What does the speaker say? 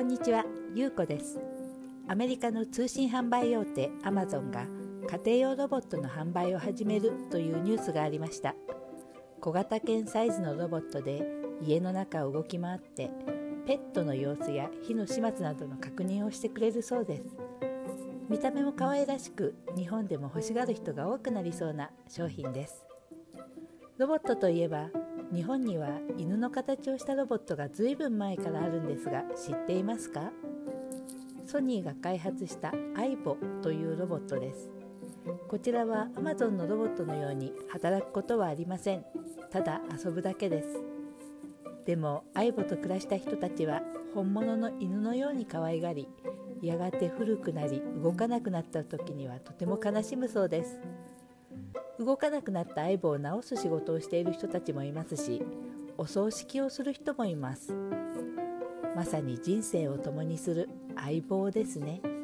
んにちは、ゆうこです。アメリカの通信販売大手アマゾンが家庭用ロボットの販売を始めるというニュースがありました。小型犬サイズのロボットで家の中を動き回ってペットの様子や火の始末などの確認をしてくれるそうです。見た目も可愛らしく、日本でも欲しがる人が多くなりそうな商品です。ロボットといえば、日本には犬の形をしたロボットがずいぶん前からあるんですが、知っていますか？ソニーが開発したアイボというロボットです。こちらは Amazon のロボットのように働くことはありません。ただ遊ぶだけです。でもアイボと暮らした人たちは本物の犬のように可愛がり、やがて古くなり動かなくなった時にはとても悲しむそうです。動かなくなったアイボを直す仕事をしている人たちもいますし、お葬式をする人もいます。まさに人生を共にする相棒ですね。